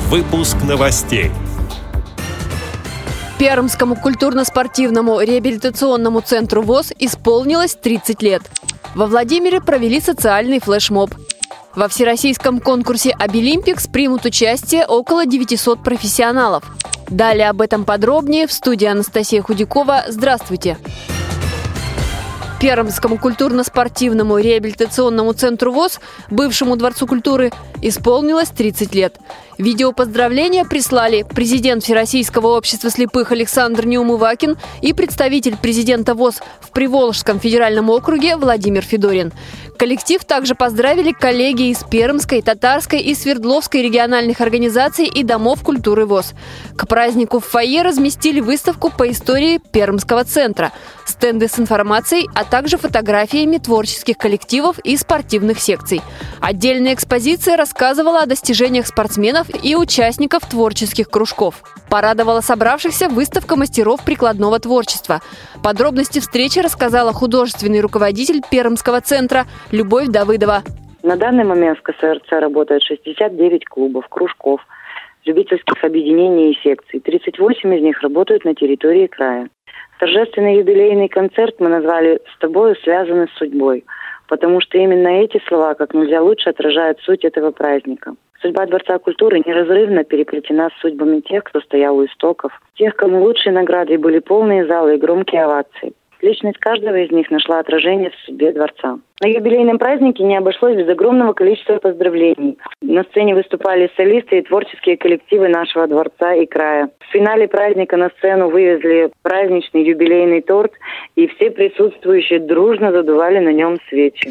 Выпуск новостей. Пермскому культурно-спортивному реабилитационному центру ВОС исполнилось 30 лет. Во Владимире провели социальный флешмоб. Во всероссийском конкурсе «Обилимпикс» примут участие около 900 профессионалов. Далее об этом подробнее в студии Анастасия Худякова. Здравствуйте! Пермскому культурно-спортивному реабилитационному центру ВОС, бывшему Дворцу культуры, исполнилось 30 лет. Видео поздравления прислали президент Всероссийского общества слепых Александр Неумывакин и представитель президента ВОС в Приволжском федеральном округе Владимир Федорин. Коллектив также поздравили коллеги из Пермской, Татарской и Свердловской региональных организаций и домов культуры ВОС. К празднику в фойе разместили выставку по истории Пермского центра, стенды с информацией, а также фотографиями творческих коллективов и спортивных секций. Отдельная экспозиция рассказывала о достижениях спортсменов и участников творческих кружков. Порадовала собравшихся выставка мастеров прикладного творчества. Подробности встречи рассказала художественный руководитель Пермского центра Любовь Давыдова. На данный момент в КСРЦ работает 69 клубов, кружков, любительских объединений и секций. 38 из них работают на территории края. Торжественный юбилейный концерт мы назвали «С тобою связаны с судьбой», потому что именно эти слова как нельзя лучше отражают суть этого праздника. Судьба Дворца культуры неразрывно переплетена с судьбами тех, кто стоял у истоков, тех, кому лучшей наградой были полные залы и громкие овации. Личность каждого из них нашла отражение в судьбе Дворца. На юбилейном празднике не обошлось без огромного количества поздравлений. На сцене выступали солисты и творческие коллективы нашего Дворца и края. В финале праздника на сцену вывезли праздничный юбилейный торт, и все присутствующие дружно задували на нем свечи.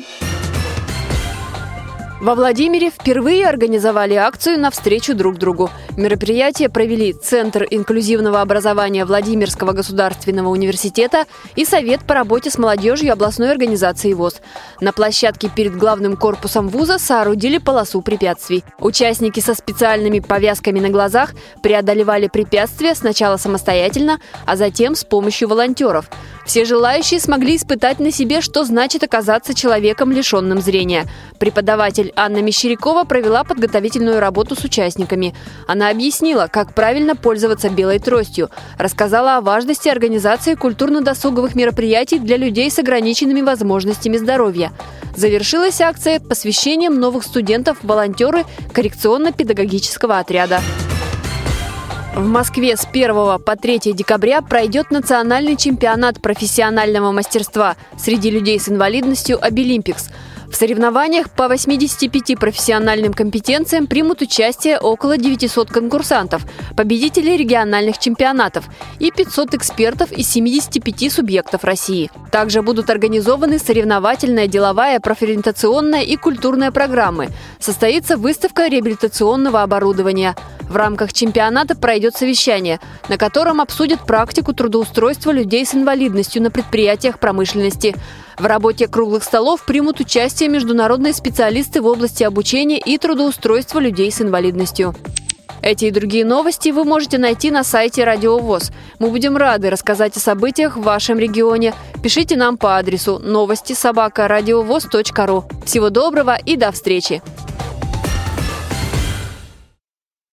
Во Владимире впервые организовали акцию «Навстречу друг другу». Мероприятие провели Центр инклюзивного образования Владимирского государственного университета и Совет по работе с молодежью областной организации ВОС. На площадке перед главным корпусом вуза соорудили полосу препятствий. Участники со специальными повязками на глазах преодолевали препятствия сначала самостоятельно, а затем с помощью волонтеров. Все желающие смогли испытать на себе, что значит оказаться человеком, лишенным зрения. Преподаватель Анна Мещерякова провела подготовительную работу с участниками. Она объяснила, как правильно пользоваться белой тростью, рассказала о важности организации культурно-досуговых мероприятий для людей с ограниченными возможностями здоровья. Завершилась акция посвящением новых студентов в волонтеры коррекционно-педагогического отряда. В Москве с 1 по 3 декабря пройдет национальный чемпионат профессионального мастерства среди людей с инвалидностью «Обилимпикс». В соревнованиях по 85 профессиональным компетенциям примут участие около 900 конкурсантов, победителей региональных чемпионатов и 500 экспертов из 75 субъектов России. Также будут организованы соревновательная, деловая, профориентационная и культурная программы. Состоится выставка реабилитационного оборудования. В рамках чемпионата пройдет совещание, на котором обсудят практику трудоустройства людей с инвалидностью на предприятиях промышленности. В работе круглых столов примут участие международные специалисты в области обучения и трудоустройства людей с инвалидностью. Эти и другие новости вы можете найти на сайте Радио ВОС. Мы будем рады рассказать о событиях в вашем регионе. Пишите нам по адресу новости@радиовос.ру. Всего доброго и до встречи!